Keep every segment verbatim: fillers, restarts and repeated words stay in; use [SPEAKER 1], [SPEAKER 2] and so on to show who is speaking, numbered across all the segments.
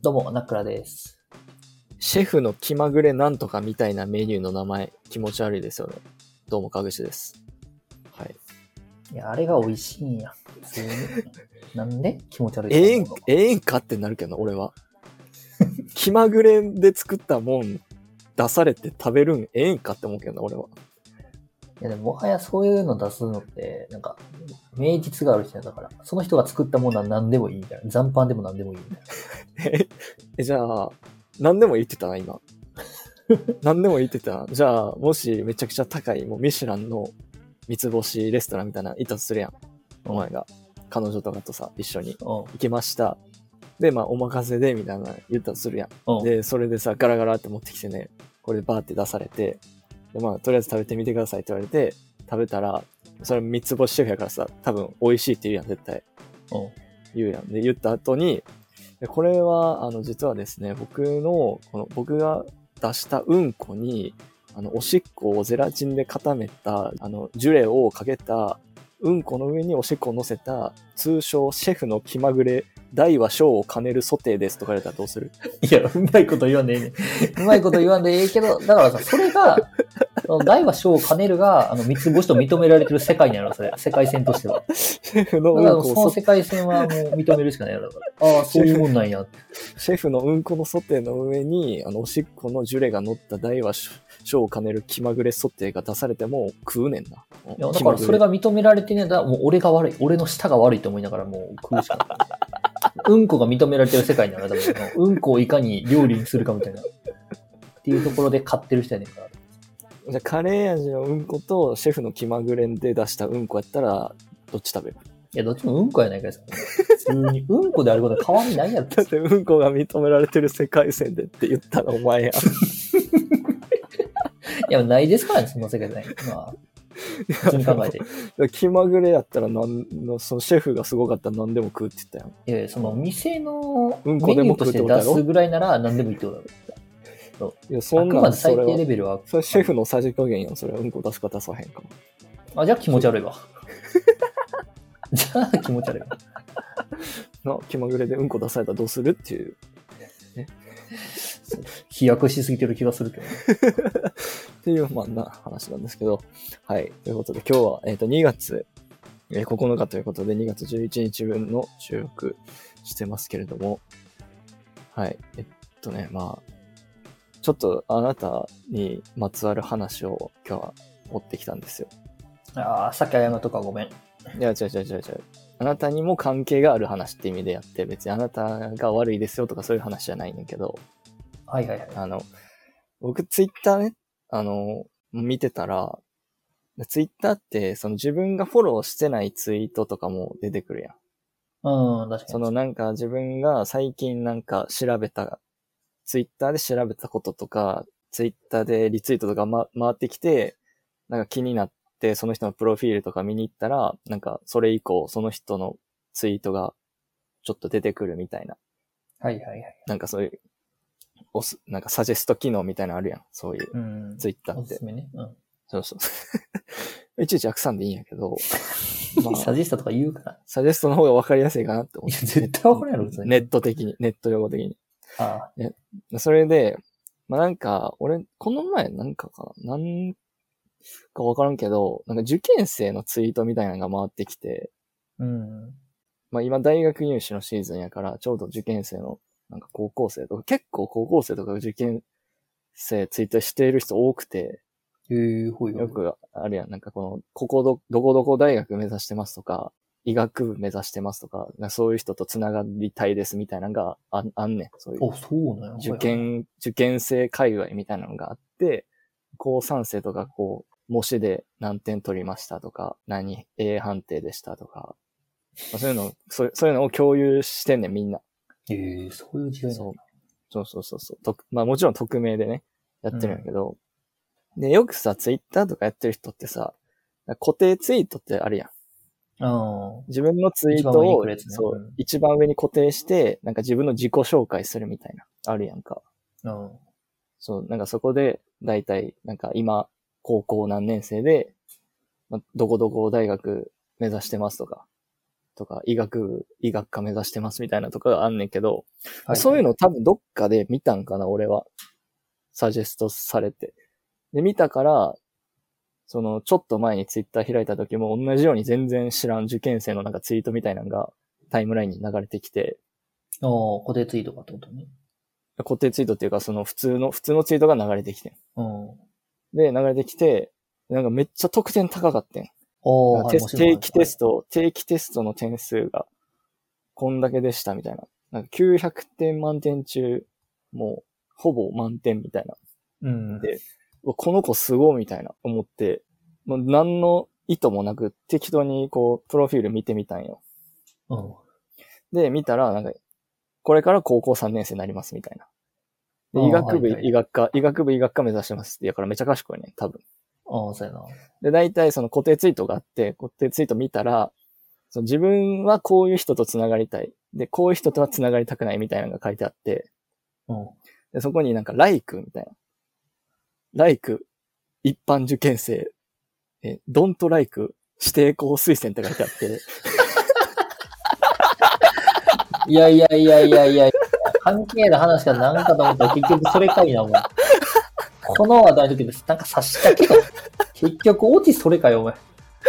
[SPEAKER 1] どうも、ナクラです。
[SPEAKER 2] シェフの気まぐれなんとかみたいなメニューの名前、気持ち悪いですよね。どうも、かぐしです。はい。
[SPEAKER 1] いや、あれが美味しいんや。普通に。なんで気持ち悪い
[SPEAKER 2] ええん、ええんかってなるけどな、俺は。気まぐれで作ったもん出されて食べるんええんかって思うけどな、俺は。
[SPEAKER 1] いや、でも、もはやそういうの出すのって、なんか、名実がある人だから、その人が作ったものは何でもいいみたいな。残飯でも何でもいいみたいな。
[SPEAKER 2] え、えじゃあ、何でも言ってたな、今。何でも言ってたな。じゃあ、もしめちゃくちゃ高い、もうミシュランの三つ星レストランみたいな、いたとするやん。お前が。彼女とかとさ、一緒に行きました。で、まあ、お任せで、みたいな言ったとするやん。で、それでさ、ガラガラって持ってきてね、これバーって出されて、で、まあ、とりあえず食べてみてくださいって言われて、食べたら、それ三つ星シェフやからさ、多分美味しいって言うやん、絶対。言うやん。で、言った後に、これは、あの、実はですね、僕の、この、僕が出したうんこに、あの、おしっこをゼラチンで固めた、あの、ジュレをかけた、うんこの上におしっこを乗せた、通称シェフの気まぐれ、大は小を兼ねるソテーですとか言われたらどうする？
[SPEAKER 1] いや、うまいこと言わんでええねん。うまいこと言わんでええけど、だからさ、それが、大は小を兼ねるが、あの、三つ星と認められてる世界にあるの、それ。世界線としては。
[SPEAKER 2] シェフの
[SPEAKER 1] うんこを。その世界線はもう認めるしかないやろ。ああ、そういうもんなんや。
[SPEAKER 2] シェフのうんこのソテーの上に、あの、おしっこのジュレが乗った大は小を兼ねる気まぐれソテーが出されても食うねんな。
[SPEAKER 1] いや、だからそれが認められてねえんだ。もう俺が悪い。俺の舌が悪いと思いながらもう食うしかない。うんこが認められてる世界にある多分。うんこをいかに料理にするかみたいな。っていうところで買ってる人やねんから。
[SPEAKER 2] じゃあカレー味のうんことシェフの気まぐれで出したうんこやったら、どっち食べる？
[SPEAKER 1] いや、どっちもうんこやないかい。普通に。うんこであることは変わりないやつ。
[SPEAKER 2] だってうんこが認められてる世界線でって言ったらお前や。い
[SPEAKER 1] や、ないですからね、そんな世界じゃない。まあ、普通に考えて。
[SPEAKER 2] 気まぐれやったらなんの、そのシェフがすごかったら何でも食うって言ったやん。
[SPEAKER 1] いやいや、その店の
[SPEAKER 2] うん
[SPEAKER 1] メニューとして出すぐらいなら何でもいいってことだろ。そう。
[SPEAKER 2] いや、そんな
[SPEAKER 1] あくまで最低レベルは。
[SPEAKER 2] それシェフのさじ加減やん。それはうんこ出すか出さへんか。
[SPEAKER 1] あ、じゃあ気持ち悪いわ。じゃあ気持ち悪いわ。
[SPEAKER 2] な、気まぐれでうんこ出されたらどうするっていう。ね、
[SPEAKER 1] 飛躍しすぎてる気がするけど、ね。
[SPEAKER 2] っていう、まあな話なんですけど。はい。ということで今日は、えっと、にがつここのかということでにがつじゅういちにちぶんの収録してますけれども。はい。えっとね、まあ、ちょっとあなたにまつわる話を今日は持ってきたんですよ。
[SPEAKER 1] ああ、さっき謝っとかごめん。
[SPEAKER 2] いや、違う違う違う違う。あなたにも関係がある話って意味でやって、別にあなたが悪いですよとかそういう話じゃないんだけど。
[SPEAKER 1] はいはいはい。
[SPEAKER 2] あの、僕ツイッターね、あの、見てたら、ツイッターってその自分がフォローしてないツイートとかも出てくるやん。
[SPEAKER 1] うん、確かに。
[SPEAKER 2] そのなんか自分が最近なんか調べた、ツイッターで調べたこととか、ツイッターでリツイートとか、ま、回ってきて、なんか気になって、その人のプロフィールとか見に行ったら、なんかそれ以降その人のツイートがちょっと出てくるみたいな。
[SPEAKER 1] はいはいはい。
[SPEAKER 2] なんかそういう、おす、なんかサジェスト機能みたいなのあるやん。そういうツイッターって。
[SPEAKER 1] おすすめね。うん。
[SPEAKER 2] そうそう。いちいち訳さんでいいんやけど。
[SPEAKER 1] まあ、サジェストとか言うから。
[SPEAKER 2] サジェストの方が分かりやすいかなって思って。
[SPEAKER 1] いや、絶対分かるやろ、
[SPEAKER 2] ネット的に、ネット用語的に。
[SPEAKER 1] あ
[SPEAKER 2] あ。それで、まあなんか、俺、この前なんかかな、なんか分からんけど、なんか受験生のツイートみたいなのが回ってきて、
[SPEAKER 1] うん。
[SPEAKER 2] まあ今大学入試のシーズンやから、ちょうど受験生の、なんか高校生とか、結構高校生とか受験生ツイートしている人多くて、
[SPEAKER 1] へえ、ほいほい。
[SPEAKER 2] よくあるやん、なんかこの、ここど、どこどこ大学目指してますとか、医学部目指してますとか、そういう人と繋がりたいですみたいなのが あ, あんねん。そういう。
[SPEAKER 1] あ、そうなん
[SPEAKER 2] 受験、受験生界隈みたいなのがあって、高さん生とかこう、模試で何点取りましたとか、何 A 判定でしたとか、まあ、そういうの、そうそういうのを共有してんねん、みんな。
[SPEAKER 1] へえ、そういう時代なんだ。
[SPEAKER 2] そうそうそうそう。まあもちろん匿名でね、やってるんやけど、うん、で、よくさ、ツイッターとかやってる人ってさ、固定ツイートってあるやん。自分のツイートを、ね、そう、うん、一番上に固定して、なんか自分の自己紹介するみたいな、あるやんか。
[SPEAKER 1] うん、
[SPEAKER 2] そう、なんかそこで、だいたい、なんか今、高校何年生で、ま、どこどこ大学目指してますとか、 とか、医学部、医学科目指してますみたいなとかがあんねんけど、はいはい、そういうの多分どっかで見たんかな、俺は。サジェストされて。で、見たから、その、ちょっと前にツイッター開いた時も同じように全然知らん受験生のなんかツイートみたいなのがタイムラインに流れてきて。
[SPEAKER 1] ああ、固定ツイートかってことね。
[SPEAKER 2] 固定ツイートっていうか、その普通の、普通のツイートが流れてきてん。
[SPEAKER 1] うん。
[SPEAKER 2] で、流れてきて、なんかめっちゃ得点高かったん。
[SPEAKER 1] おー、
[SPEAKER 2] はい、定期テスト、はい、定期テストの点数がこんだけでしたみたいな。なんかきゅうひゃくてん満点中、もうほぼ満点みたいな。
[SPEAKER 1] うん。
[SPEAKER 2] で、この子すごいみたいな思って、もう何の意図もなく適当にこう、プロフィール見てみたんよ。
[SPEAKER 1] うん。
[SPEAKER 2] で、見たら、なんか、これから高校さんねん生になりますみたいな。で、医学部、医学科、医学部医学科目指してますって。だからめっちゃ賢いね、多分。
[SPEAKER 1] ああ、そうやな。
[SPEAKER 2] で、大体その固定ツイートがあって、固定ツイート見たら、その自分はこういう人と繋がりたい。で、こういう人とは繋がりたくないみたいなのが書いてあって、
[SPEAKER 1] うん。
[SPEAKER 2] で、そこになんか、ライクみたいな。ライク、一般受験生、え、ドントライク、指定校推薦って書いてあって。
[SPEAKER 1] いやいやいやいやいや、関係の話が何かと思ったら結局それかいな、お前。この話題の時です。なんか察したけど、結局オチそれかよ、お前。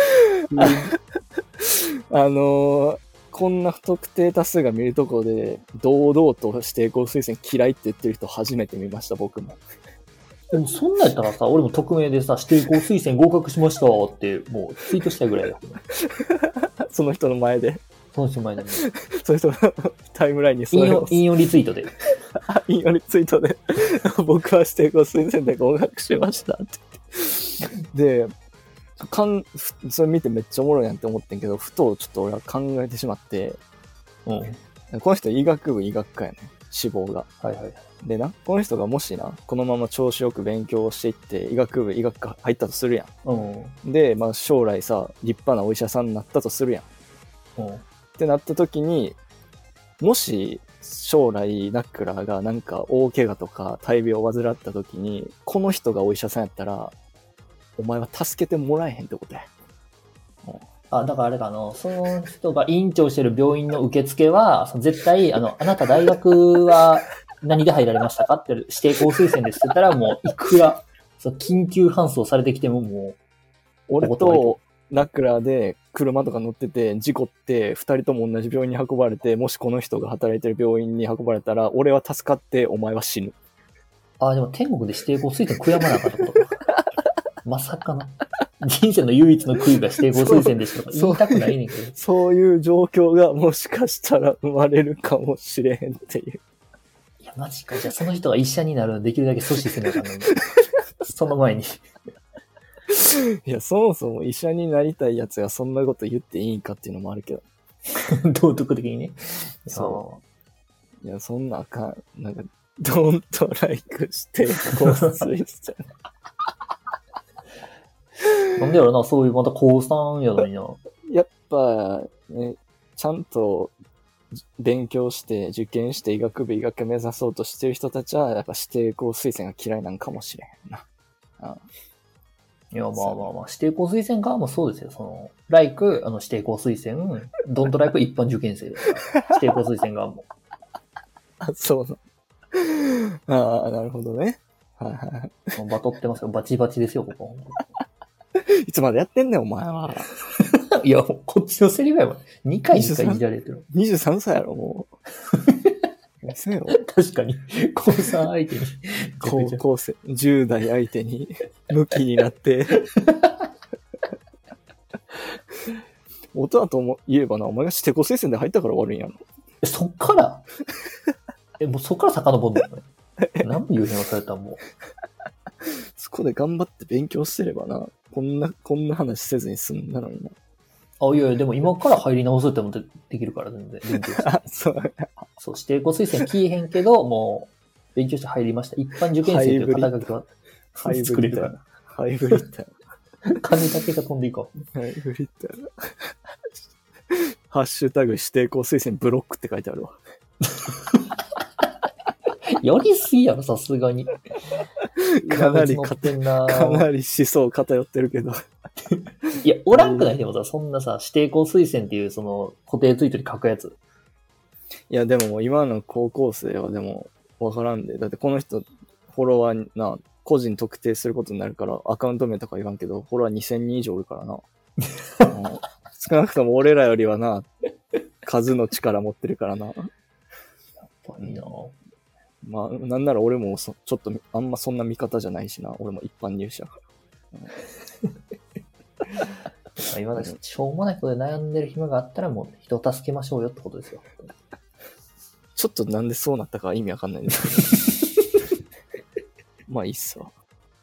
[SPEAKER 2] あのー、こんな不特定多数が見るところで、堂々と指定校推薦嫌いって言ってる人初めて見ました、僕も。
[SPEAKER 1] でもそんなんやったらさ、俺も匿名でさ、指定校推薦合格しましたって、もうツイートしたいぐらいだ。
[SPEAKER 2] その人の前で。
[SPEAKER 1] その人の前で。
[SPEAKER 2] その人のタイムラインにそれを。
[SPEAKER 1] 引用リツイートで。
[SPEAKER 2] 引用リツイートで。僕は指定校推薦で合格しましたって言って。で、かん、それ見てめっちゃおもろいなって思ってんけど、ふとちょっと俺は考えてしまって、うん、この人医学部医学科やね、志望が。
[SPEAKER 1] はいはい。
[SPEAKER 2] でな、この人がもしな、このまま調子よく勉強していって、医学部医学科入ったとするやん。
[SPEAKER 1] うん、
[SPEAKER 2] で、まあ将来さ、立派なお医者さんになったとするやん。うん、ってなった時に、もし将来ナックラーがなんか大怪我とか大病を患った時に、この人がお医者さんやったら、お前は助けてもらえへんってことや。
[SPEAKER 1] うん、あ、だからあれかな、その人が院長してる病院の受付は、絶対、あの、あなた大学は何で入られましたかって指定校推薦ですって言ったら、もういくら、その緊急搬送されてきてももう、
[SPEAKER 2] 俺とナックラーで車とか乗ってて、事故って二人とも同じ病院に運ばれて、もしこの人が働いてる病院に運ばれたら、俺は助かってお前は死ぬ。
[SPEAKER 1] あ、でも天国で指定校推薦悔やまなかったことか。まさかな。人生の唯一の悔いが指定校推薦でしょとか言いたくないねんけど。
[SPEAKER 2] そういう状況がもしかしたら生まれるかもしれへんっていう。
[SPEAKER 1] いや、マジか。じゃあその人が医者になるのできるだけ阻止せなあかんのに。その前に。
[SPEAKER 2] いや、そもそも医者になりたいやつがそんなこと言っていいんかっていうのもあるけど。
[SPEAKER 1] 道徳的にね。
[SPEAKER 2] そう。いや、そんなあかん。なんか、ドントライクしてこうするじゃん。
[SPEAKER 1] なんでやろな、そういうまた高さんやのにな。
[SPEAKER 2] やっぱ、ね、ちゃんと勉強して受験して医学部医学科目指そうとしてる人たちは、やっぱ指定校推薦が嫌いなんかもしれへんな。ああ
[SPEAKER 1] いや、まあまあまあ、指定校推薦側もそうですよ。その、ライク、あの、指定校推薦、ドントライク一般受験生ですから。指定校推薦側も。
[SPEAKER 2] あ、そうな。ああ、なるほどね。はいはい。
[SPEAKER 1] バトってますよ。バチバチですよ、ここ。
[SPEAKER 2] いつまでやってんねん、お前は。
[SPEAKER 1] いや、こっちのセリフやもん。にかいにかいいじられてる。
[SPEAKER 2] にじゅうさんさいやろ、もう。せよ。
[SPEAKER 1] 確かに。高さん相手に。
[SPEAKER 2] 高校生、じゅう代相手に、向きになって。音だとも言えばな、お前が指定校推薦で入ったから悪いんやろ。
[SPEAKER 1] え、そっからえ、もうそっから遡んのね。何も言うへんわされたらもう。
[SPEAKER 2] そこで頑張って勉強してればな、こんな、こんな話せずに済んだのにな。
[SPEAKER 1] あ、いやいや、でも今から入り直すっても で, できるから全然勉強して。
[SPEAKER 2] あ、そう。
[SPEAKER 1] そう、指定校推薦聞いへんけど、もう、勉強して入りました。一般受験生という肩書きは作れるから。
[SPEAKER 2] ハイブリッドや
[SPEAKER 1] な。金だけが飛んでいこ
[SPEAKER 2] う。ハイブリッドやな。ハッシュタグ指定校推薦ブロックって書いてあるわ。
[SPEAKER 1] やりすぎやろ、さすがに。
[SPEAKER 2] かなり
[SPEAKER 1] 裏口乗ってんな
[SPEAKER 2] かなり思想偏ってるけど。
[SPEAKER 1] いや、おらんくないでもさ、そんなさ、指定校推薦っていうその固定ツイートに書くやつ。
[SPEAKER 2] いや、でも今の高校生はでもわからんで。だってこの人、フォロワーな、個人特定することになるから、アカウント名とか言わんけど、フォロワーにせんにん以上おるからな。うん少なくとも俺らよりはな、数の力持ってるからな。
[SPEAKER 1] やっぱいいな
[SPEAKER 2] まあ、なんなら俺もそちょっとあんまそんな見方じゃないしな。俺も一般入試やから。
[SPEAKER 1] 今だし、しょうもないことで悩んでる暇があったらもう人を助けましょうよってことですよ。
[SPEAKER 2] ちょっとなんでそうなったか意味わかんないんですけど。まあいいっすわ。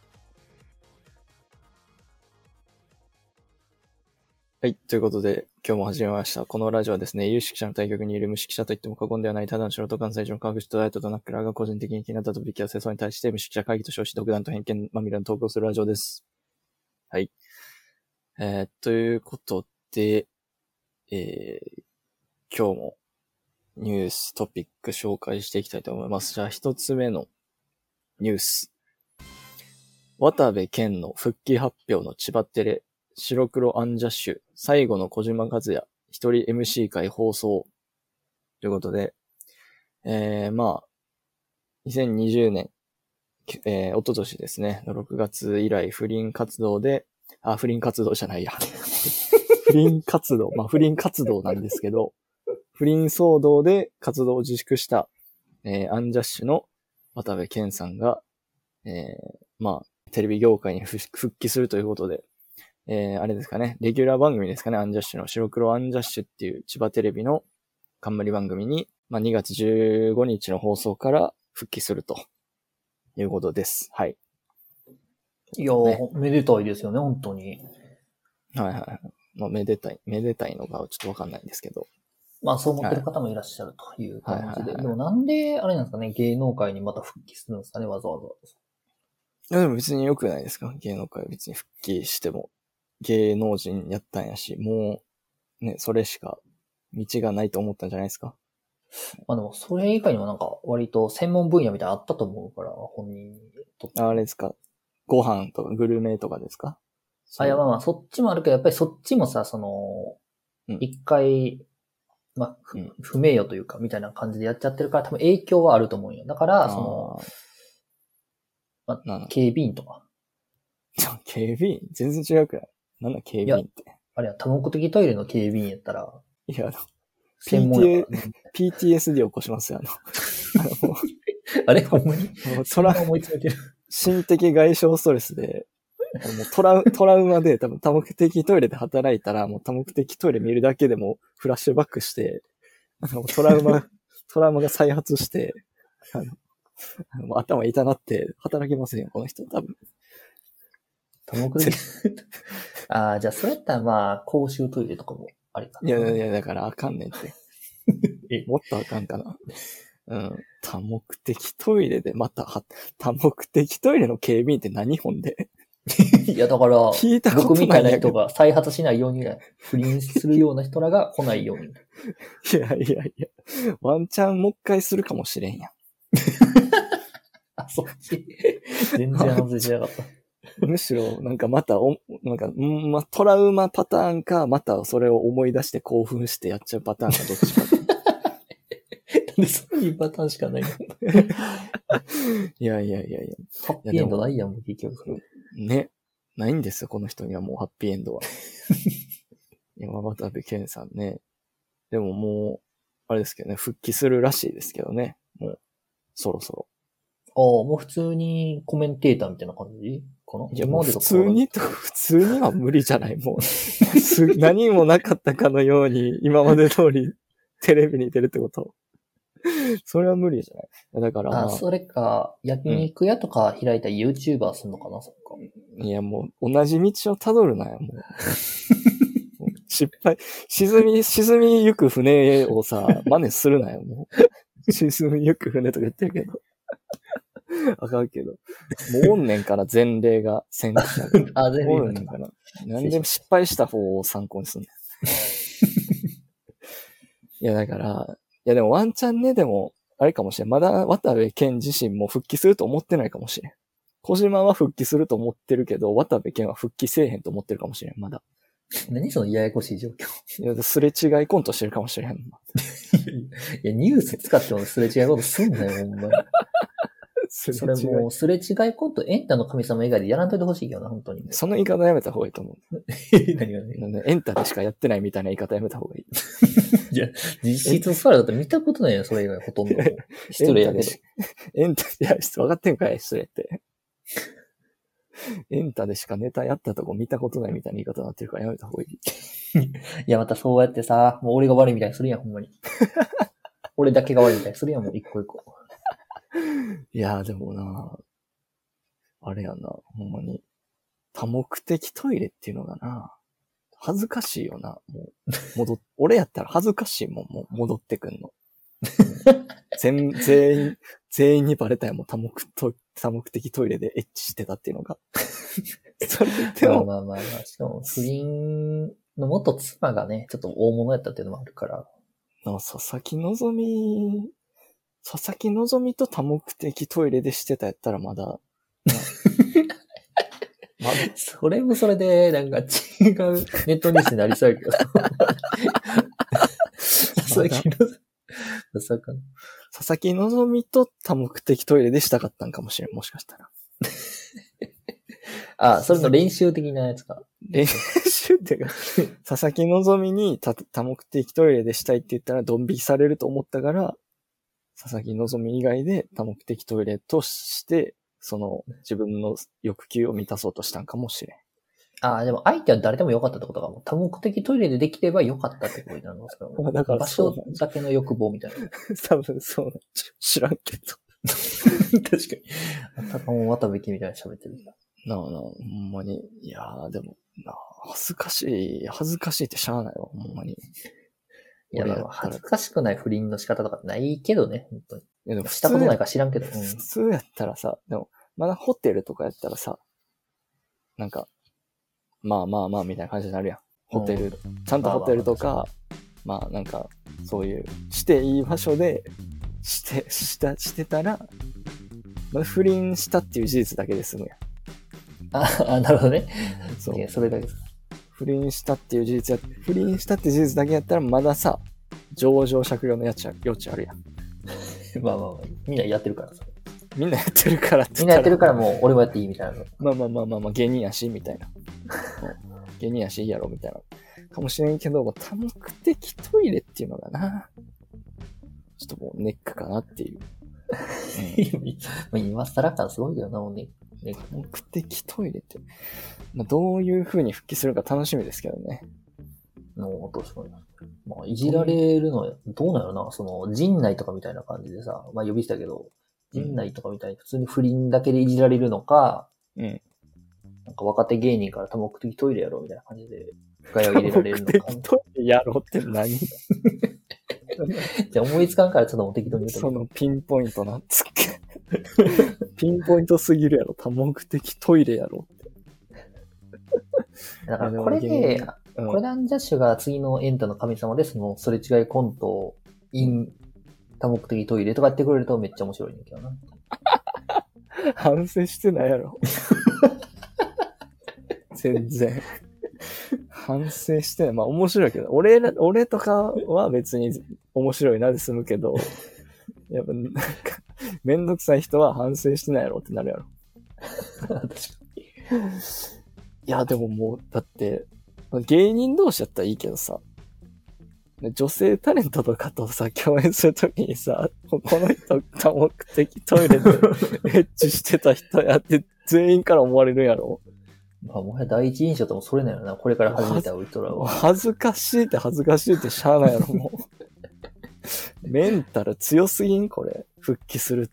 [SPEAKER 2] はい。ということで、今日も始めました。このラジオはですね、有識者の対局にいる無識者と言っても過言ではない、ただの素人関西人の科学者とダイエットとナックラーが個人的に気になったトピックや世相に対して無識者会議と称し、独断と偏見まみれの投稿するラジオです。はい。えー、ということで、えー、今日もニューストピック紹介していきたいと思います。じゃあ一つ目のニュース。渡部健の復帰発表の千葉テレ、白黒アンジャッシュ、最後の小島和也、一人 エムシー 会放送。ということで、えー、まあ、にせんにじゅうねん、えー、おととしですね、ろくがつ以来不倫活動で、あ、不倫活動じゃないや。不倫活動、まあ不倫活動なんですけど、不倫騒動で活動を自粛した、えー、アンジャッシュの渡部健さんが、えー、まあ、テレビ業界に復帰するということで、えー、あれですかね、レギュラー番組ですかね、アンジャッシュの白黒アンジャッシュっていう千葉テレビの冠番組に、まあ、にがつじゅうごにちの放送から復帰するということです。はい。
[SPEAKER 1] いやー、
[SPEAKER 2] ね、
[SPEAKER 1] めでたいですよね、本当に。
[SPEAKER 2] はいはいはい。まあ、めでたい、めでたいのがちょっとわかんないんですけど。ま
[SPEAKER 1] あ、そう思ってる方もいらっしゃるという感じで。
[SPEAKER 2] はいはいはいはい、
[SPEAKER 1] でもなんで、あれなんですかね、芸能界にまた復帰するんですかね、わざわざ。
[SPEAKER 2] いやでも別に良くないですか？芸能界別に復帰しても。芸能人やったんやし、もう、ね、それしか道がないと思ったんじゃないですか？
[SPEAKER 1] まあでも、それ以外にもなんか、割と専門分野みたいなのあったと思うから、本人にとって。
[SPEAKER 2] あれですか？ご飯とかグルメとかですか？
[SPEAKER 1] あ、いやまあまあ、そっちもあるけど、やっぱりそっちもさ、その、一、うん、回、まあ、うん、不名誉というか、みたいな感じでやっちゃってるから、多分影響はあると思うんよ。だから、その、まあ、警備員とか。
[SPEAKER 2] 警備員全然違うくない？なんだ警備員って。
[SPEAKER 1] あれは多目的トイレの警備員やったら。
[SPEAKER 2] いや、あの、専門やからね、ピーティーエスディー 起こしますよ、あの。
[SPEAKER 1] あのあれほんまに
[SPEAKER 2] トラ
[SPEAKER 1] 思い詰めてる。
[SPEAKER 2] 心的外傷ストレスで、もうトラウ、トラウマで多分多目的トイレで働いたら、もう多目的トイレ見るだけでもフラッシュバックして、あのトラウマ、トラウマが再発して、あの、あの頭痛なって働けませんよ、この人多分。
[SPEAKER 1] 多目的ああ、じゃあそうやったらまあ、公衆トイレとかもありかな。
[SPEAKER 2] いやいや、だからあかんねんって。え、もっとあかんかな。うん。多目的トイレでまたは、多目的トイレの警備員って何本で
[SPEAKER 1] いや、だから、
[SPEAKER 2] 聞いたことない。
[SPEAKER 1] 僕みたいな人が再発しないように、不倫するような人らが来ないように。
[SPEAKER 2] いやいやいや、ワンチャンもう一回するかもしれんやん。
[SPEAKER 1] あ、そっち。全然反省しなかった。
[SPEAKER 2] むしろ、なんかまたお、なんか、んま、トラウマパターンか、またそれを思い出して興奮してやっちゃうパターンかどっちか。
[SPEAKER 1] なんでそういうパターンしかないの
[SPEAKER 2] いやいやいやいや。
[SPEAKER 1] ハッピーエンドないやん、もう結局。
[SPEAKER 2] ね。ないんですよ、この人にはもうハッピーエンドは。山渡部健さんね。でももう、あれですけどね、復帰するらしいですけどね。もう、そろそろ。
[SPEAKER 1] ああ、もう普通にコメンテーターみたいな感じかな？
[SPEAKER 2] いや、もう普通にと、普通には無理じゃない？もう、何もなかったかのように、今まで通りテレビに出るってこと？それは無理じゃない？だから、まあ。
[SPEAKER 1] あ、それか、焼肉屋とか開いた YouTuber すんのかな、うん、そっか。
[SPEAKER 2] いや、もう、同じ道を辿るなよ、もう。失敗、沈み、沈みゆく船をさ、真似するなよ、もう。沈みゆく船とか言ってるけど。あかんけど。もうおんねんから前例が先駆者。
[SPEAKER 1] あ、前例
[SPEAKER 2] おんねんから。なんで失敗した方を参考にすんねん。いや、だから、いやでもワンチャンね、でも、あれかもしれん。まだ渡部健自身も復帰すると思ってないかもしれん。 小島は復帰すると思ってるけど、渡部健は復帰せえへんと思ってるかもしれん、まだ。
[SPEAKER 1] 何そのややこしい状況。
[SPEAKER 2] いや、すれ違いコントしてるかもしれん。
[SPEAKER 1] いや、ニュース使ってもすれ違いことすんなよ、ほんまに。
[SPEAKER 2] そ
[SPEAKER 1] それもう、すれ違いコント、エンタの神様以外でやらんといてほしいけどな、本当に。
[SPEAKER 2] その言い方やめた方がいいと思う。
[SPEAKER 1] 何がね。
[SPEAKER 2] ねエンタでしかやってないみたいな言い方やめた方がいい。
[SPEAKER 1] いや、実質スパルだって見たことないよ、それ以外ほとんど。失礼やけど。
[SPEAKER 2] エンタで、いや、分かってんかい、失礼って。エンタでしかネタやったとこ見たことないみたいな言い方になってるからやめた方がいい。
[SPEAKER 1] いや、またそうやってさ、もう俺が悪いみたいにするやん、ほんまに。俺だけが悪いみたいにするやん、もう一個一個。
[SPEAKER 2] いや、でもな、あれやな、ほんまに。多目的トイレっていうのがな、恥ずかしいよな、もう。戻っ、俺やったら恥ずかしいもん、もう戻ってくんの。全、全員、全員にバレたよ、もう多目と、多目的トイレでエッチしてたっていうのが。それでも。
[SPEAKER 1] まあまあまあまあ、しかも不倫の元妻がね、ちょっと大物やったっていうのもあるから。
[SPEAKER 2] な佐々木希、佐々木希と多目的トイレでしてたやったらまだ、
[SPEAKER 1] まあ、それもそれで、なんか違うネットニュースになりそうやけど。佐々木の、まさかの。
[SPEAKER 2] 佐々木希と多目的トイレでしたかったんかもしれん、もしかしたら。
[SPEAKER 1] あ、それの練習的なやつか。
[SPEAKER 2] 練習っていうか、佐々木希に多多目的トイレでしたいって言ったらドン引きされると思ったから、佐々木希以外で多目的トイレとして、その自分の欲求を満たそうとしたんかもしれん。
[SPEAKER 1] ああ、でも相手は誰でもよかったってことかも。多目的トイレでできればよかったってことになるんですか
[SPEAKER 2] だから
[SPEAKER 1] 場所だけの欲望みたいな。
[SPEAKER 2] 多分そうなん知らんけど。
[SPEAKER 1] 確かに。あたかも渡部家みたいに喋ってる。
[SPEAKER 2] なあなあ、ほんまに。いやー、でも、なあ、恥ずかしい、恥ずかしいってしゃあないわ、ほんまに。
[SPEAKER 1] いや、まあ恥ずかしくない不倫の仕方とかないけどね、本当に。
[SPEAKER 2] いやでも
[SPEAKER 1] したことないから知らんけど。うん、
[SPEAKER 2] 普通やったらさ、でも、まだホテルとかやったらさ、なんか、まあまあまあみたいな感じになるやん。ホテル、うん、ちゃんとホテルとか、まあ、まあなんか、そういう、していい場所で、して、した、してたら、まあ、不倫したっていう事実だけで済むやん。
[SPEAKER 1] ああ、なるほどね。
[SPEAKER 2] そう。
[SPEAKER 1] いや、それだけです。
[SPEAKER 2] 不倫したっていう事実や、不倫したって事実だけやったら、まださ、情状酌量のやつや余地あるやん。
[SPEAKER 1] まあまあまあ、みんなやってるからさ。
[SPEAKER 2] みんなやってるからって
[SPEAKER 1] みんなやってるからもう俺もやっていいみたいな。
[SPEAKER 2] まあまあまあまあまあ、芸人やし、みたいな。芸人やしいいやろ、みたいな。かもしれんけど、多目的トイレっていうのがな、ちょっともうネックかなっていう。
[SPEAKER 1] うん、今更感すごいけどな、もうね。
[SPEAKER 2] 多目的トイレって、まあ、どういう風に復帰するか楽しみですけどね。
[SPEAKER 1] の確かに。まあ、いじられるのはどうなのな、その、陣内とかみたいな感じでさ、まあ呼びしたけど、陣内とかみたいに普通に不倫だけでいじられるのか、
[SPEAKER 2] うん。
[SPEAKER 1] なんか若手芸人から多目的トイレやろうみたいな感じで、ガヤを入れられるのか。
[SPEAKER 2] 多目的トイレやろうって何じ
[SPEAKER 1] ゃあ思いつかんからちょっともう適当に言うと。
[SPEAKER 2] そのピンポイントなんつっけ。ピンポイントすぎるやろ。多目的トイレやろって。
[SPEAKER 1] だからこれで、うん、これでアンジャッシュが次のエンタの神様でそのすれ違いコント、イン、多目的トイレとかやってくれるとめっちゃ面白いんだけどな。
[SPEAKER 2] 反省してないやろ。全然。反省してない。まあ面白いけど、俺ら、俺とかは別に面白いなで済むけど、やっぱなんか、めんどくさい人は反省してないやろってなるやろ。
[SPEAKER 1] 確かに。
[SPEAKER 2] いや、でももう、だって、芸人同士だったらいいけどさ、女性タレントとかとさ、共演するときにさ、この人多目的トイレでエッチしてた人やって全員から思われるやろ。
[SPEAKER 1] まあ、もはや第一印象ともそれないよな。これから始めたウルトラは。
[SPEAKER 2] 恥ずかしいって恥ずかしいってしゃあないやろ、もう。メンタル強すぎんこれ。復帰するって。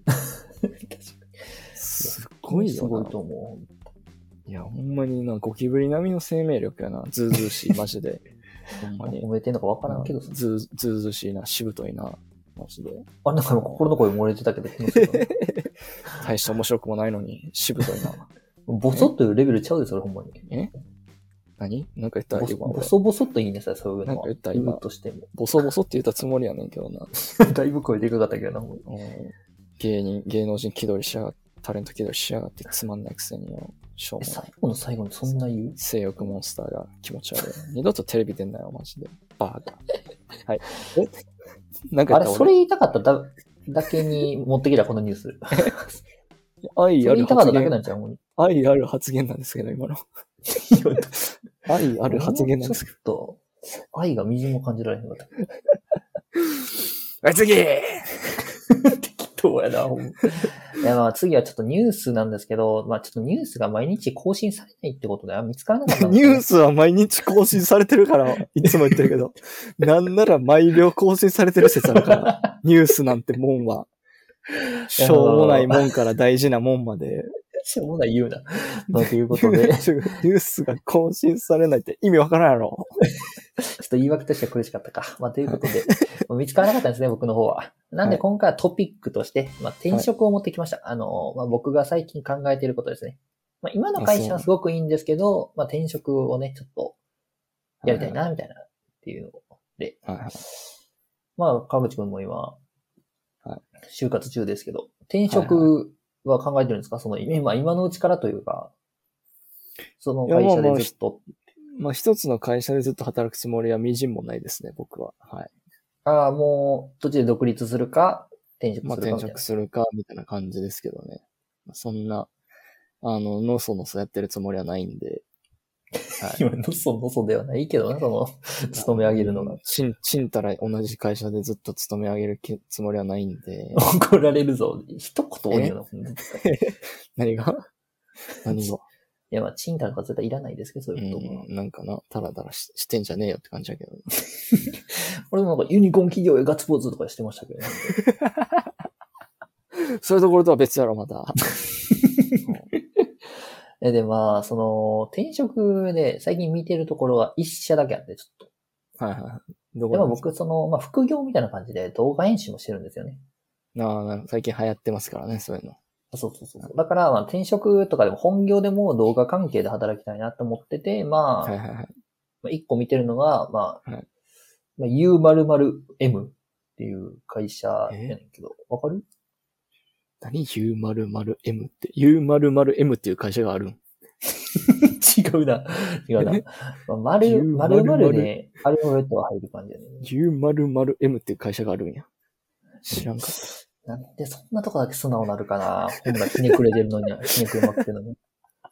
[SPEAKER 2] すごいよな。
[SPEAKER 1] すごいと思
[SPEAKER 2] う。いや、ほんまにな、ゴキブリ並みの生命力やな。ずうずうしい、マジで。ほんまに。
[SPEAKER 1] 褒めてんのかわからんけど
[SPEAKER 2] さ。ずうずうずうしいな、しぶといな。マジで。
[SPEAKER 1] あ、なんか心の声漏れてたけど。
[SPEAKER 2] 大して面白くもないのに、しぶといな。
[SPEAKER 1] ボソッというレベルちゃうで、それほんまに。
[SPEAKER 2] え何なんか言ったら今。
[SPEAKER 1] ボソボソっといいねさ、そういうのは。
[SPEAKER 2] なんか言ったら今。
[SPEAKER 1] としても。
[SPEAKER 2] ボソボソって言ったつもりやねんけどな。
[SPEAKER 1] だいぶ声でかかったけどな、もう。
[SPEAKER 2] 芸人、芸能人気取りしやがっタレント気取りしやがってつまんないくせによ。しょう
[SPEAKER 1] え、
[SPEAKER 2] もない。
[SPEAKER 1] 最後の最後にそんな言う？
[SPEAKER 2] 性欲モンスターが気持ち悪い。二度とテレビ出んなよ、マジで。バーガー。はい。えなんか
[SPEAKER 1] あれ、
[SPEAKER 2] 言った
[SPEAKER 1] それ言いたかっただだけに持ってきたこのニュース。
[SPEAKER 2] 愛ある
[SPEAKER 1] それ言いたかった
[SPEAKER 2] 発言。
[SPEAKER 1] だけなんちゃうもん。
[SPEAKER 2] 愛ある発言なんですけど、今の。愛ある発言なんですけど。
[SPEAKER 1] ちょっと、愛がみじんも感じられへんかった。
[SPEAKER 2] はい、次
[SPEAKER 1] 適当やな、ほんま。いや、まあ次はちょっとニュースなんですけど、まあちょっとニュースが毎日更新されないってことで、あ見つからなかったんですよね。
[SPEAKER 2] ニュースは毎日更新されてるから、いつも言ってるけど。なんなら毎秒更新されてる説あるから。ニュースなんてもんは。しょうもないもんから大事なもんまで。
[SPEAKER 1] しょうもない言うな。まあということで。
[SPEAKER 2] ニュースが更新されないって意味わからんやろ。
[SPEAKER 1] ちょっと言い訳としては苦しかったか。まあということで、見つからなかったんですね、僕の方は。なんで今回はトピックとして、まあ転職を持ってきました。はい、あの、まあ僕が最近考えていることですね。まあ今の会社はすごくいいんですけど、まあ転職をね、ちょっとやりたいな、みたいなっていうので。はいはい、まあ川口くんも今、就活中ですけど、転職は考えてるんですか？その今、今のうちからというか、その会社でずっと。
[SPEAKER 2] まあ一つの会社でずっと働くつもりはみじんもないですね、僕は。はい。
[SPEAKER 1] ああ、もう、途中で独立するか、転職するかみたいな。まあ
[SPEAKER 2] 転職するか、みたいな感じですけどね。そんな、あの、のそのそやってるつもりはないんで。
[SPEAKER 1] はい、今、のそのそではないけどな、その、勤め上げるのが。
[SPEAKER 2] ちん、ちんたら同じ会社でずっと勤め上げるつもりはないんで。
[SPEAKER 1] 怒られるぞ。一言多いよな、ほんと
[SPEAKER 2] 何が何が
[SPEAKER 1] いや、まあ、チンタとか絶対いらないですけど、そういうことも。
[SPEAKER 2] うん、なんかな、タラタラ し, してんじゃねえよって感じだけど。
[SPEAKER 1] 俺もなんかユニコーン企業へガッツポーズとかしてましたけどね。
[SPEAKER 2] そういうところとは別やろ、また。
[SPEAKER 1] で、まあ、その、転職で最近見てるところは一社だけあって、ちょっ
[SPEAKER 2] と。はいはい。どこ
[SPEAKER 1] でも僕、その、まあ、副業みたいな感じで動画編集もしてるんですよね。
[SPEAKER 2] ああ、最近流行ってますからね、そういうの。
[SPEAKER 1] そうそうそう。だから、まあ、転職とかでも本業でも動画関係で働きたいなと思ってて、まあ、
[SPEAKER 2] はいはいはい。
[SPEAKER 1] まあ、一個見てるのが、まあ、
[SPEAKER 2] はい、
[SPEAKER 1] まあ、ユーまるまるエム っていう会社やねんけど、わかる？
[SPEAKER 2] 何 ユーまるまるエム って。ユーまるまるエム っていう会社があるん
[SPEAKER 1] 違うな。違うな。まあ、丸、丸々ね、アルファベットが入る感じだね。
[SPEAKER 2] ユーまるまるエム っていう会社があるんや。知らんかった。
[SPEAKER 1] なんでそんなとこだけ素直なるかな。ほんならひねくれてるのに、ひねくれまくってるのに。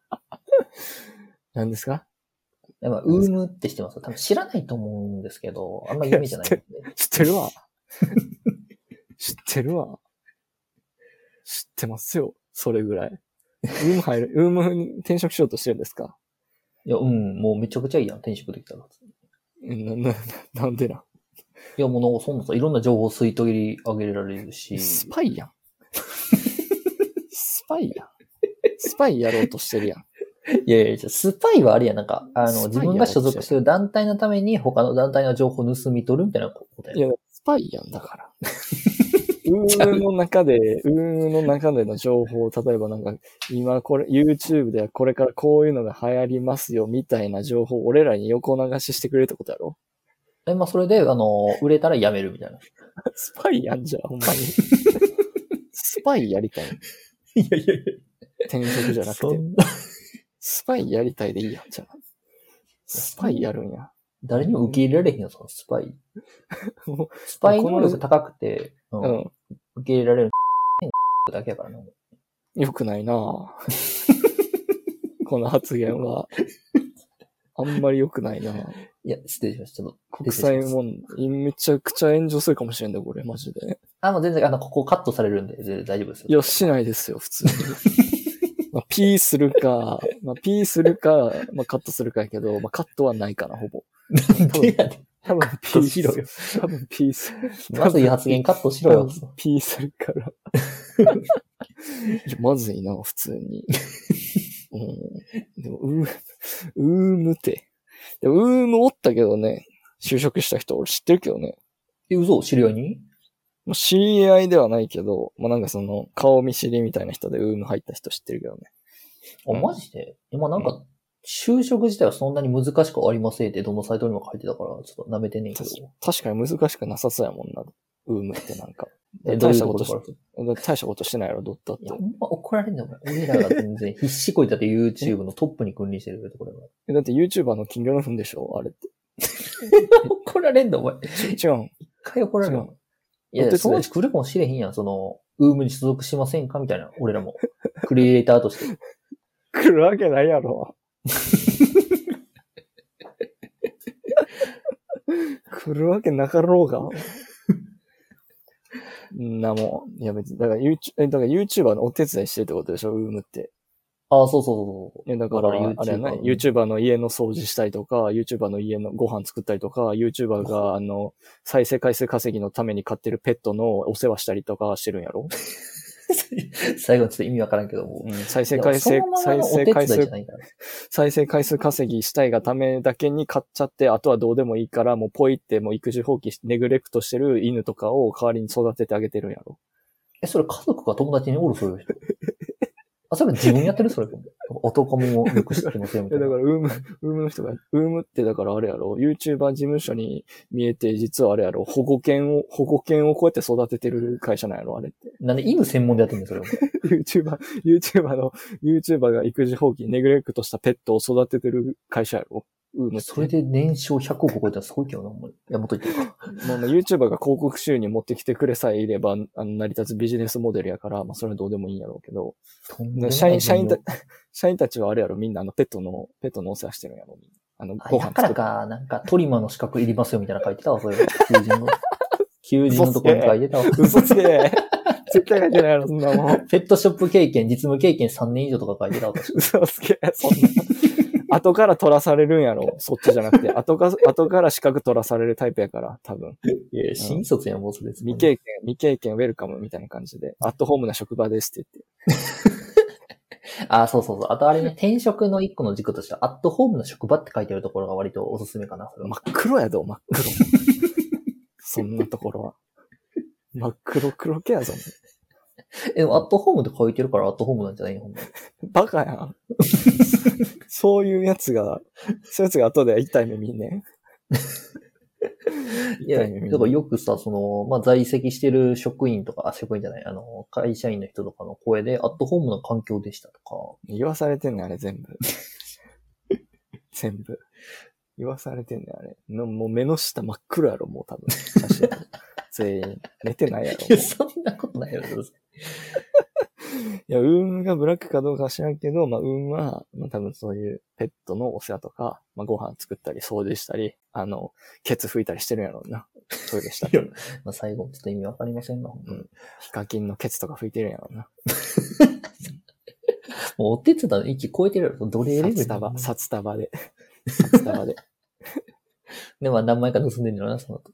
[SPEAKER 2] 何ですか？
[SPEAKER 1] やっぱ、ウームって知ってます？多分知らないと思うんですけど、あんまり有名じゃないんで。
[SPEAKER 2] 知ってるわ。知ってるわ。知ってますよ。それぐらい。ウーム入る、ウームに転職しようとしてるんですか？
[SPEAKER 1] いや、うん、もうめちゃくちゃいいやん、転職できたら。
[SPEAKER 2] な、な、なんでな。
[SPEAKER 1] いや、もうなんかそんなさ、いろんな情報を吸い取り上げられるし。
[SPEAKER 2] スパイやん。スパイやん。スパイやろうとしてるやん。
[SPEAKER 1] いやいや、スパイはあれや、なんか、あの、自分が所属してる団体のために他の団体の情報を盗み取るみたいなことや。
[SPEAKER 2] いや、スパイやんだから。ウームの中で、ウームの中での情報、例えばなんか、今これ、YouTube ではこれからこういうのが流行りますよ、みたいな情報を俺らに横流ししてくれるってことやろ？
[SPEAKER 1] え、まあ、それで、あの、売れたらやめるみたいな。
[SPEAKER 2] スパイやんじゃん、ほんまに。スパイやりたい。
[SPEAKER 1] いやいやいや。
[SPEAKER 2] 転職じゃなくて。スパイやりたいでいいやん、じゃあ。スパイやるんや。
[SPEAKER 1] 誰にも受け入れられへんよ、そのスパイ。スパイ能力高くて、うんうん、受け入れられるだけやからな。
[SPEAKER 2] よくないなぁ。この発言は。あんまり良くないなぁ。
[SPEAKER 1] いや、失礼しました。ちょっと。
[SPEAKER 2] 国際問題、めちゃくちゃ炎上するかもしれんだよ、これ、マジで。
[SPEAKER 1] あ、もう全然、あの、ここカットされるんで、全然大丈夫ですよ。
[SPEAKER 2] いや、しないですよ、普通に。まあ、P するか、まあ、P するか、まあ、カットするかやけど、まあ、カットはないかな、ほぼ。
[SPEAKER 1] なんでやねん。
[SPEAKER 2] 多分 P しろよ。多分 P する。
[SPEAKER 1] まずい発言カットしろよ。
[SPEAKER 2] P するから。いや、まずいな、普通に。うん、でも、うー、うーむって。でも、うーむおったけどね、就職した人、俺知ってるけどね。
[SPEAKER 1] え、嘘？知り合いに？
[SPEAKER 2] まあ、知り合いではないけど、まあ、なんかその、顔見知りみたいな人でウーム入った人知ってるけどね。
[SPEAKER 1] あ、マジで？今なんか、就職自体はそんなに難しくありませんってどのサイトにも書いてたから、ちょっと舐めてねえけど。
[SPEAKER 2] 確かに難しくなさそうやもんな、ウームってなんか。
[SPEAKER 1] え、どういうところ
[SPEAKER 2] 大したことし、大したことしてないやろ、どったって。
[SPEAKER 1] いや、ほんま怒られんねん、お前。俺らが全然必死こいたって YouTube のトップに君臨してるところが。
[SPEAKER 2] え、だって YouTuber の金魚の糞でしょあれって。
[SPEAKER 1] 怒られんの、お前。
[SPEAKER 2] 違うん。
[SPEAKER 1] 一回怒られるの。いや、そのうち来るかもしれへんやん、その、ウームに所属しませんかみたいな、俺らも。クリエイターとして。
[SPEAKER 2] 来るわけないやろ。来るわけなかろうが。んなもん。いや別に、だから YouTube、だから YouTuber のお手伝いしてるってことでしょ、ウームって。
[SPEAKER 1] ああ、そうそうそうそう。
[SPEAKER 2] いや、だから、あれやな、YouTuber の家の掃除したりとか、YouTuber の家のご飯作ったりとか、YouTuber が、あの、再生回数稼ぎのために飼ってるペットのお世話したりとかしてるんやろ
[SPEAKER 1] 最後ちょっと意味わからんけども。
[SPEAKER 2] うん、再生回数、再生回数、再生回数稼ぎしたいがためだけに買っちゃって、あとはどうでもいいから、もうポイってもう育児放棄し、ネグレクトしてる犬とかを代わりに育ててあげてるんやろ。
[SPEAKER 1] え、それ家族か友達におるそういう人。あ、それ自分やってるそれ。男もよく知ってますよみたいな。
[SPEAKER 2] だから、ウーム、ウームの人が、ウームってだからあれやろ、YouTuber 事務所に見えて、実はあれやろ、保護犬を、保護犬をこうやって育ててる会社なんやろ、あれって。
[SPEAKER 1] なんで犬専門でやってんのそれを。
[SPEAKER 2] YouTuber、YouTuber の、YouTuber が育児放棄、ネグレクトしたペットを育ててる会社やろ。
[SPEAKER 1] ウーム。それで年商ひゃくおく超えたらすごいけどな、ほんまに。いや、もっと言ってるか。
[SPEAKER 2] まあ、まあ、YouTuber が広告収入持ってきてくれさえいれば、あの、成り立つビジネスモデルやから、まあ、それはどうでもいいんやろうけど。社員、社員た、社員たちはあれやろ、みんなあの、ペットの、ペットのお世話してるんやろ、みんな。あの、ご飯作って。
[SPEAKER 1] だからか、なんか、トリマーの資格いりますよ、みたいな書いてたわ、それ。求人の。求人のところに書いてたわ。
[SPEAKER 2] 嘘つけ。絶対書いてないやろ、そんなもん。
[SPEAKER 1] ペットショップ経験、実務経験さんねん以上とか書いてたわ。
[SPEAKER 2] 嘘つけ。そんな。後から取らされるんやろ。そっちじゃなくて。後か、後から資格取らされるタイプやから、多分。
[SPEAKER 1] いやいや、新卒やん、もうそれ。
[SPEAKER 2] 未経験、未経験ウェルカムみたいな感じで、アットホームな職場ですって言って。
[SPEAKER 1] あ、そうそうそう。あとあれね、転職の一個の軸としては、アットホームな職場って書いてるところが割とおすすめかな。
[SPEAKER 2] 真っ黒やど、真っ黒。そんなところは。真っ黒黒系やぞ。
[SPEAKER 1] え、でもアットホームって書いてるからアットホームなんじゃないのほんまに。
[SPEAKER 2] バカやん。そういうやつが、そういうやつが後で痛い目見んねん。
[SPEAKER 1] いや、だからよくさ、その、まあ、在籍してる職員とか、あ、職員じゃない、あの、会社員の人とかの声で、アットホームな環境でしたとか。
[SPEAKER 2] 言わされてんねん、あれ全部。全部。言わされてんねん、あれ。のもう目の下真っ黒やろ、もう多分。写真。全員。寝てないやろ。
[SPEAKER 1] いや、そんなことないやろ。
[SPEAKER 2] いや、ウームがブラックかどうかは知らんけど、まあ、ウームは、まあ、多分そういうペットのお世話とか、まあ、ご飯作ったり、掃除したり、あの、ケツ拭いたりしてるんやろうな。トイレしたり。
[SPEAKER 1] まあ、最後、ちょっと意味わかりませんが、
[SPEAKER 2] うん。ヒカキンのケツとか拭いてるんやろうな。
[SPEAKER 1] もう、お手伝いの域超えてるやろ。どれレベル
[SPEAKER 2] 札束、札束で。札束で。
[SPEAKER 1] で、まあ、何枚か盗んでんのな、その後。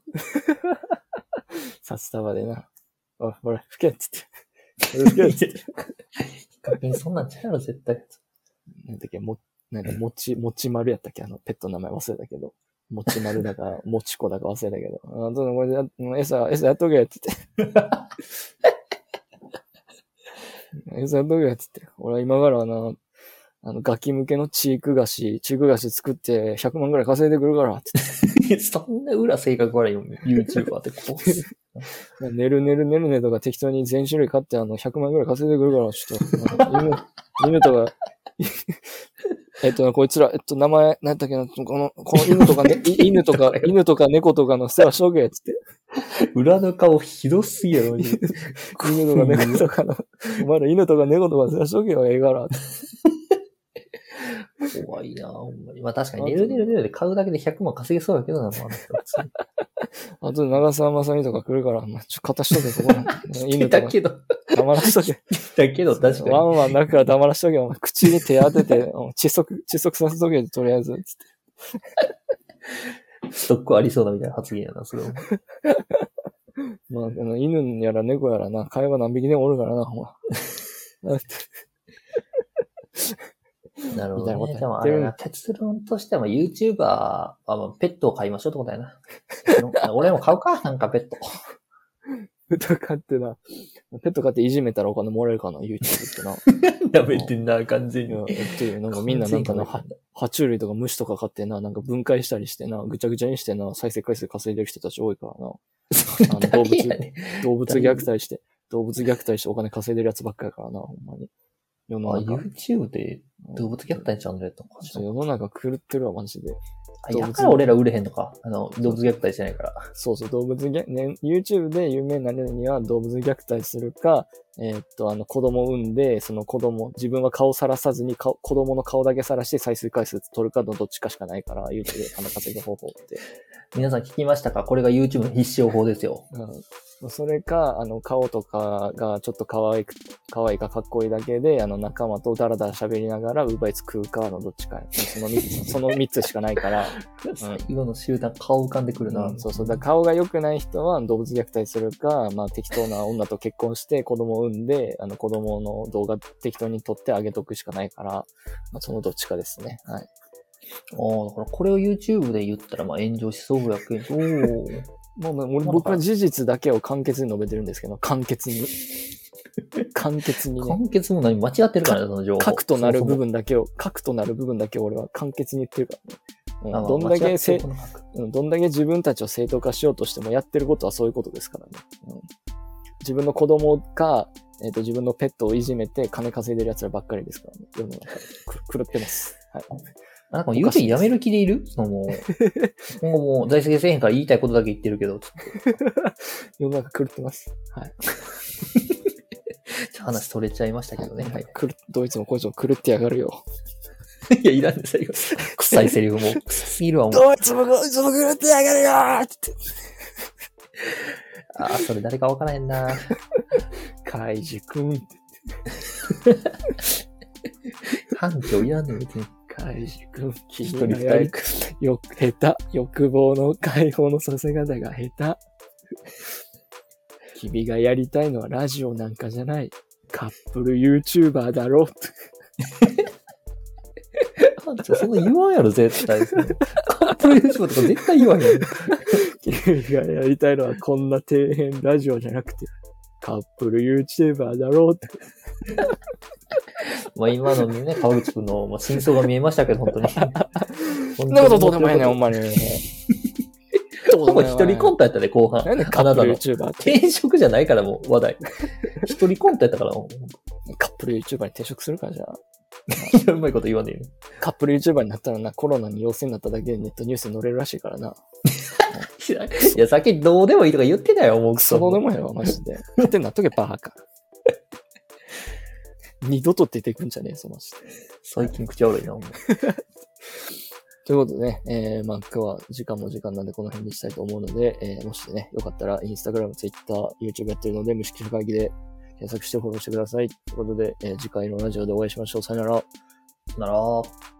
[SPEAKER 2] 札束でな。おい、ほら、拭けっつって。拭けっつって。
[SPEAKER 1] ヒカキンそんなんちゃうやろ、絶対。
[SPEAKER 2] なんだっけ、も、なんか、もち、もち丸やったっけあの、ペットの名前忘れたけど。もち丸だか、もちこだか忘れたけど。あ、どうぞ、これでや、餌、餌やっとけって言って。餌やっとけって言って。俺は今からはな、あの、ガキ向けのチーク菓子、チーク菓子作ってひゃくまんぐらい稼いでくるから、って
[SPEAKER 1] 言って。そんな裏性格悪いよ、YouTuber ってこ
[SPEAKER 2] う。寝る寝る寝る寝とか適当に全種類買ってあの、ひゃくまんぐらい稼いでくるから、ちょっと、犬、犬とか、えっと、こいつら、えっと、名前、何やったっけな、この、この犬とかね、犬とか、犬とか猫とかの世話しとけ、つって。
[SPEAKER 1] 裏の顔ひどすぎやろ、
[SPEAKER 2] 犬とか猫とかの、お前ら犬とか猫とか世話しとけよ、ええから。
[SPEAKER 1] 怖いなほんまに。まあ確かに、寝る寝る寝るで買うだけでひゃくまん稼げそうだけどな、あの人。
[SPEAKER 2] あと、長澤まさみとか来るから、まあ、ちょ、片しとけ、ここ犬
[SPEAKER 1] とか。だけど。
[SPEAKER 2] 黙らしとけ。
[SPEAKER 1] だけど、確かに。
[SPEAKER 2] ワンワンだから黙らしとけ、お前口に手当てて、窒息、窒息させとけ、とりあえず、つって。
[SPEAKER 1] ストックありそうなみたいな発言やな、それは。
[SPEAKER 2] まあ、あの犬やら猫やらな、会話何匹でもおるからな、ほんま。
[SPEAKER 1] なるほど、ね。でもあれな、結論としては YouTuber はペットを飼いましょうってことやな。俺も飼うかなんかペット。
[SPEAKER 2] ペット飼ってな。ペット飼っていじめたらお金もらえるかな ?YouTube ってな。
[SPEAKER 1] やめてんな、完全に。
[SPEAKER 2] いや、えっという、なんかみんななんかな、爬虫類とか虫とか飼ってな、なんか分解したりしてな、ぐちゃぐちゃにしてな、再生回数稼いでる人たち多いからな。 あの動物
[SPEAKER 1] 誰やねん
[SPEAKER 2] 動物虐待して、動物虐待してお金稼いでるやつばっかりからな、ほんまに。世の
[SPEAKER 1] あ、
[SPEAKER 2] 中。
[SPEAKER 1] YouTube で動物虐待チャンネルやったのか
[SPEAKER 2] 世の中狂ってるわ、マジで。
[SPEAKER 1] あ、だから俺ら売れへんのか。あの、動物虐待してないから。
[SPEAKER 2] そうそう、動物虐、ね、YouTube で有名になるには動物虐待するか、えーっと、あの、子供を産んで、その子供、自分は顔さらさずに顔、子供の顔だけさらして再生回数取るかのどっちかしかないから、YouTube で金稼ぐ方法って。
[SPEAKER 1] 皆さん聞きましたか？これが YouTube の必勝法ですよ。
[SPEAKER 2] うん。それか、あの、顔とかがちょっと可愛く、可愛いかかっこいいだけで、あの、仲間とダラダラ喋りながら、ウーバーイーツ食うかのどっちか。その三つ、その三つしかないから。
[SPEAKER 1] 最後の集団顔浮かんでくるな。
[SPEAKER 2] うん、そうそう。だ顔が良くない人は動物虐待するか、まあ適当な女と結婚して子供を産んで、あの子供の動画適当に撮ってあげとくしかないから、まあそのどっちかですね。はい。
[SPEAKER 1] ああ、だからこれを YouTube で言ったらまあ炎上しそうやけど、
[SPEAKER 2] もう俺僕は事実だけを簡潔に述べてるんですけど、簡潔に。簡潔にね。
[SPEAKER 1] 簡潔も何間違ってるからね、その情報。
[SPEAKER 2] 核となる部分だけを、核となる部分だけを俺は簡潔に言ってるからね。うん、どんだけせ、うん、どんだけ自分たちを正当化しようとしてもやってることはそういうことですからね。うん、自分の子供か、えっと、自分のペットをいじめて金稼いでる奴らばっかりですからね。世の中で狂ってます。はい。
[SPEAKER 1] あ、なんか YouTube やめる気でいる？そのもう、今後もう在籍せえへんから言いたいことだけ言ってるけど、ちょっと。
[SPEAKER 2] 世の中狂ってます。はい。
[SPEAKER 1] 話取れちゃいましたけどね。はい。
[SPEAKER 2] 狂どいつもこいつも狂ってやがるよ。
[SPEAKER 1] いや、いらんね、最後。臭いセリフも、臭すぎるわ、もう。
[SPEAKER 2] どいつもこいつも狂ってやがるよーって。
[SPEAKER 1] ああ、それ誰かわからへんな。
[SPEAKER 2] カイジ君って。
[SPEAKER 1] 班長いらんねん、別に。
[SPEAKER 2] カイジ君、君がやり、よ、下手。欲望の解放のさせ方が下手。君がやりたいのはラジオなんかじゃない。カップル YouTuber だろ。
[SPEAKER 1] 班長、そんな言わんやろ、絶対。カップル YouTuber とか絶対言わんやろ。
[SPEAKER 2] 君がやりたいのはこんな底辺ラジオじゃなくて、カップル YouTuber だろうって。
[SPEAKER 1] まあ今のね、川口くんの真相が見えましたけど、本当に。
[SPEAKER 2] そんなことどうでもええねん、ほんまに。
[SPEAKER 1] ほぼ一人コントやったで、後半。
[SPEAKER 2] なんでカップル YouTuber って。
[SPEAKER 1] 転職じゃないからもう、話題。一人コントやったから、
[SPEAKER 2] カップル YouTuber に転職するか、じゃあ。
[SPEAKER 1] いや、うまいこと言わねえよ。
[SPEAKER 2] カップル YouTuber になったらな、コロナに陽性になっただけでネットニュースに載れるらしいからな。
[SPEAKER 1] いや、さっきどうでもいいとか言ってたよ、もう。
[SPEAKER 2] そうどうでもいいわ、マジで。勝手になっとけ、バーカ。二度と出てくんじゃねえぞ、マジで。
[SPEAKER 1] 最近口悪いな、お前。
[SPEAKER 2] ということでね、えー、まあ今日は時間も時間なんでこの辺にしたいと思うので、えー、もしね、よかったらインスタグラム、ツイッター、YouTube やってるので、無識者会議で検索してフォローしてください。ということで、えー、次回のラジオでお会いしましょう。さよなら。
[SPEAKER 1] さよなら。